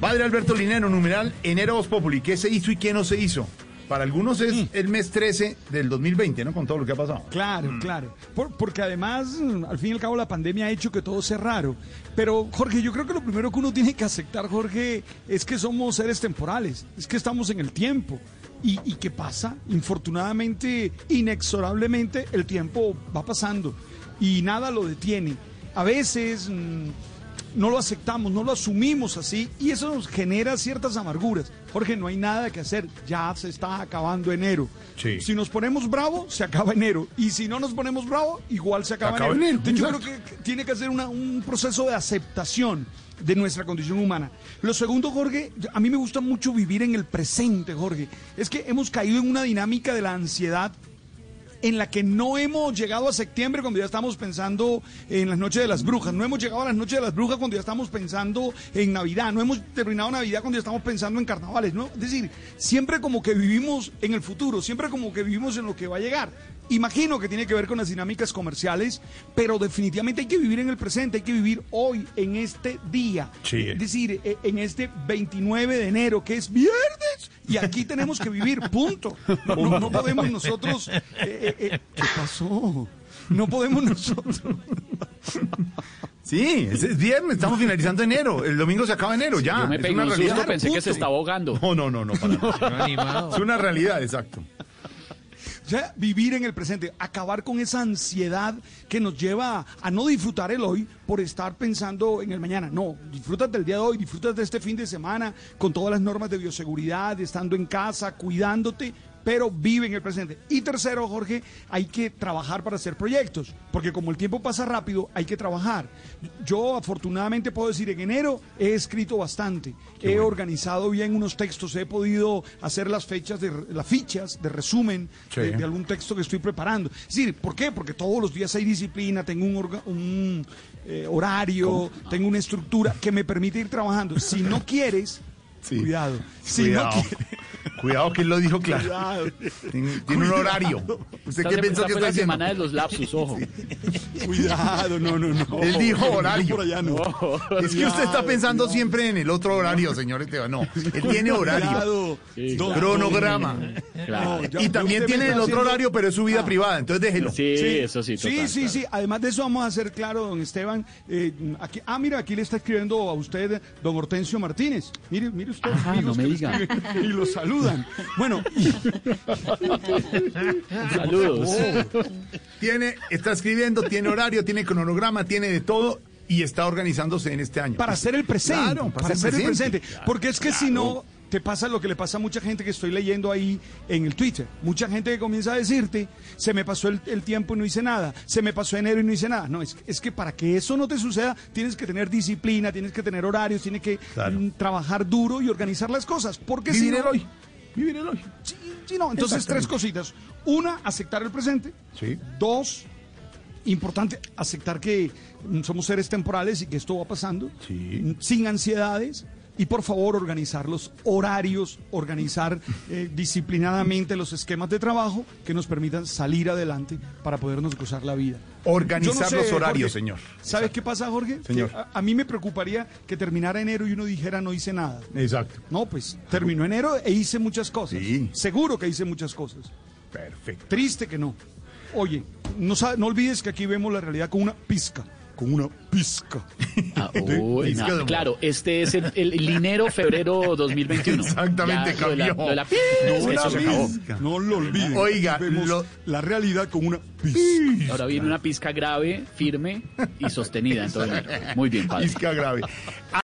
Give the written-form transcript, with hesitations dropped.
Padre Alberto Linero, numeral enero Voz Populi. ¿Qué se hizo y qué no se hizo? Para algunos es el mes 13 del 2020, ¿no? Con todo lo que ha pasado. Claro, claro. Porque además, al fin y al cabo, la pandemia ha hecho que todo sea raro. Pero, Jorge, yo creo que lo primero que uno tiene que aceptar, Jorge, es que somos seres temporales. Es que estamos en el tiempo. ¿Y qué pasa? Infortunadamente, inexorablemente, el tiempo va pasando y nada lo detiene. A veces no lo aceptamos, no lo asumimos así y eso nos genera ciertas amarguras. Jorge, no hay nada que hacer, ya se está acabando enero. Sí. Si nos ponemos bravos, se acaba enero. Y si no nos ponemos bravos, igual se acaba enero. Entonces, yo creo que tiene que ser un proceso de aceptación de nuestra condición humana. Lo segundo, Jorge, a mí me gusta mucho vivir en el presente, Jorge. Es que hemos caído en una dinámica de la ansiedad en la que no hemos llegado a septiembre cuando ya estamos pensando en las noches de las brujas, no hemos llegado a las noches de las brujas cuando ya estamos pensando en Navidad, no hemos terminado Navidad cuando ya estamos pensando en carnavales, ¿no? Es decir, siempre como que vivimos en el futuro, siempre como que vivimos en lo que va a llegar. Imagino que tiene que ver con las dinámicas comerciales, pero definitivamente hay que vivir en el presente, hay que vivir hoy, en este día. Sí. Es decir, en este 29 de enero, que es viernes, y aquí tenemos que vivir, punto. No podemos nosotros... ¿Qué pasó? No podemos nosotros... Sí, es viernes, estamos finalizando enero, el domingo se acaba enero, ya. Yo me pegué un susto, pensé que se estaba ahogando. No, para nada. Es una realidad, exacto. O sea, vivir en el presente, acabar con esa ansiedad que nos lleva a no disfrutar el hoy por estar pensando en el mañana. No, disfrutas del día de hoy, disfrutas de este fin de semana con todas las normas de bioseguridad, estando en casa, cuidándote, pero vive en el presente. Y tercero, Jorge, hay que trabajar para hacer proyectos, porque como el tiempo pasa rápido, hay que trabajar. Yo afortunadamente puedo decir, en enero he escrito bastante, he organizado bien unos textos, he podido hacer las fichas de resumen de algún texto que estoy preparando. Es decir, ¿por qué? Porque todos los días hay disciplina, tengo un horario, tengo una estructura que me permite ir trabajando. Si no quieres, cuidado. Si no quieres... Cuidado que él lo dijo claro. Tiene un horario. ¿Usted qué pensó que está la haciendo? semana de los lapsus, ojo. Cuidado, no. Él dijo horario. Por allá no. Es que usted está pensando siempre en el otro horario, señor Esteban. No, él tiene horario. Cronograma. Claro. Y también tiene el otro horario, pero es su vida privada, entonces déjelo. Sí, eso sí. Total, Sí. Además de eso vamos a hacer claro, don Esteban. Mira, aquí le está escribiendo a usted don Hortensio Martínez. Mire usted. No me diga. Y lo saludan. Bueno. Saludos. Está escribiendo, tiene horario, tiene cronograma, tiene de todo y está organizándose en este año. Para hacer el presente. Claro, para hacer el presente. Porque es que claro. Si no... te pasa lo que le pasa a mucha gente que estoy leyendo ahí en el Twitter. Mucha gente que comienza a decirte, se me pasó el tiempo y no hice nada, se me pasó enero y no hice nada. No, es que para que eso no te suceda, tienes que tener disciplina, tienes que tener horarios, tienes que trabajar duro y organizar las cosas. Porque Vivir el hoy. Vivir el hoy. Sí, no. Entonces, tres cositas. Una, aceptar el presente. Sí. Dos, importante aceptar que somos seres temporales y que esto va pasando. Sí. Sin ansiedades. Y por favor, organizar los horarios, organizar disciplinadamente los esquemas de trabajo que nos permitan salir adelante para podernos gozar la vida. Organizar los horarios, Jorge, señor. ¿Sabes qué pasa, Jorge? Señor. A mí me preocuparía que terminara enero y uno dijera no hice nada. Exacto. No, pues terminó enero e hice muchas cosas. Sí. Seguro que hice muchas cosas. Perfecto. Triste que no. Oye, no olvides que aquí vemos la realidad con una pizca. Claro, este es el Linero febrero 2021. Exactamente, ya, cambió. Lo de la Eso se acabó. No lo olviden. Oiga, vemos la realidad con una pizca. Ahora viene una pizca grave, firme y sostenida en todo enero. Muy bien, padre. Pizca grave.